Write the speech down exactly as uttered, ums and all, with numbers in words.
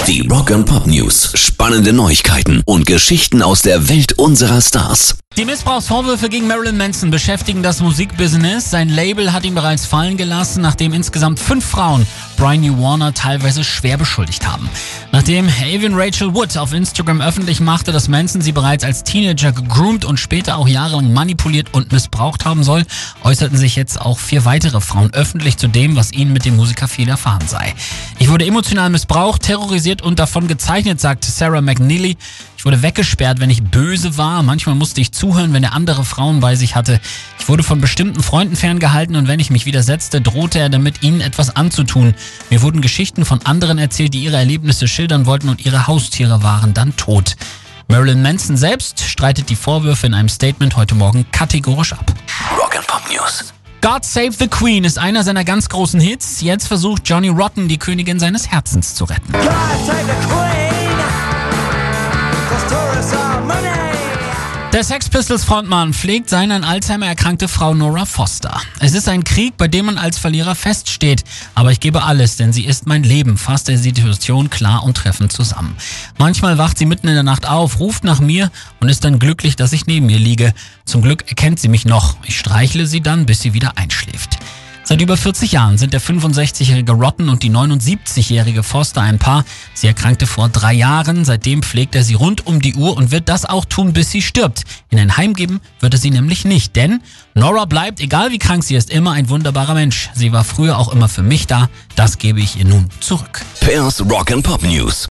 Die Rock and Pop News. Spannende Neuigkeiten und Geschichten aus der Welt unserer Stars. Die Missbrauchsvorwürfe gegen Marilyn Manson beschäftigen das Musikbusiness. Sein Label hat ihn bereits fallen gelassen, nachdem insgesamt fünf Frauen Brian New Warner teilweise schwer beschuldigt haben. Nachdem Evan Rachel Wood auf Instagram öffentlich machte, dass Manson sie bereits als Teenager gegroomt und später auch jahrelang manipuliert und missbraucht haben soll, äußerten sich jetzt auch vier weitere Frauen öffentlich zu dem, was ihnen mit dem Musiker widerfahren sei. Ich wurde emotional missbraucht, terrorisiert und davon gezeichnet, sagt Sarah McNeely. Ich wurde weggesperrt, wenn ich böse war. Manchmal musste ich zuhören, wenn er andere Frauen bei sich hatte. Ich wurde von bestimmten Freunden ferngehalten und wenn ich mich widersetzte, drohte er damit, ihnen etwas anzutun. Mir wurden Geschichten von anderen erzählt, die ihre Erlebnisse schildern wollten und ihre Haustiere waren dann tot. Marilyn Manson selbst streitet die Vorwürfe in einem Statement heute Morgen kategorisch ab. Rock and Pop News. God Save the Queen ist einer seiner ganz großen Hits. Jetzt versucht Johnny Rotten, die Königin seines Herzens zu retten. God save the Queen. Der Sex Pistols Frontmann pflegt seine an Alzheimer erkrankte Frau Nora Foster. Es ist ein Krieg, bei dem man als Verlierer feststeht. Aber ich gebe alles, denn sie ist mein Leben, fasst er die Situation klar und treffend zusammen. Manchmal wacht sie mitten in der Nacht auf, ruft nach mir und ist dann glücklich, dass ich neben ihr liege. Zum Glück erkennt sie mich noch. Ich streichle sie dann, bis sie wieder einschläft. Seit über vierzig Jahren sind der fünfundsechzigjährige Rotten und die neunundsiebzigjährige Foster ein Paar. Sie erkrankte vor drei Jahren. Seitdem pflegt er sie rund um die Uhr und wird das auch tun, bis sie stirbt. In ein Heim geben wird er sie nämlich nicht, denn Nora bleibt, egal wie krank sie ist, immer ein wunderbarer Mensch. Sie war früher auch immer für mich da. Das gebe ich ihr nun zurück. Pairs Rock and Pop News.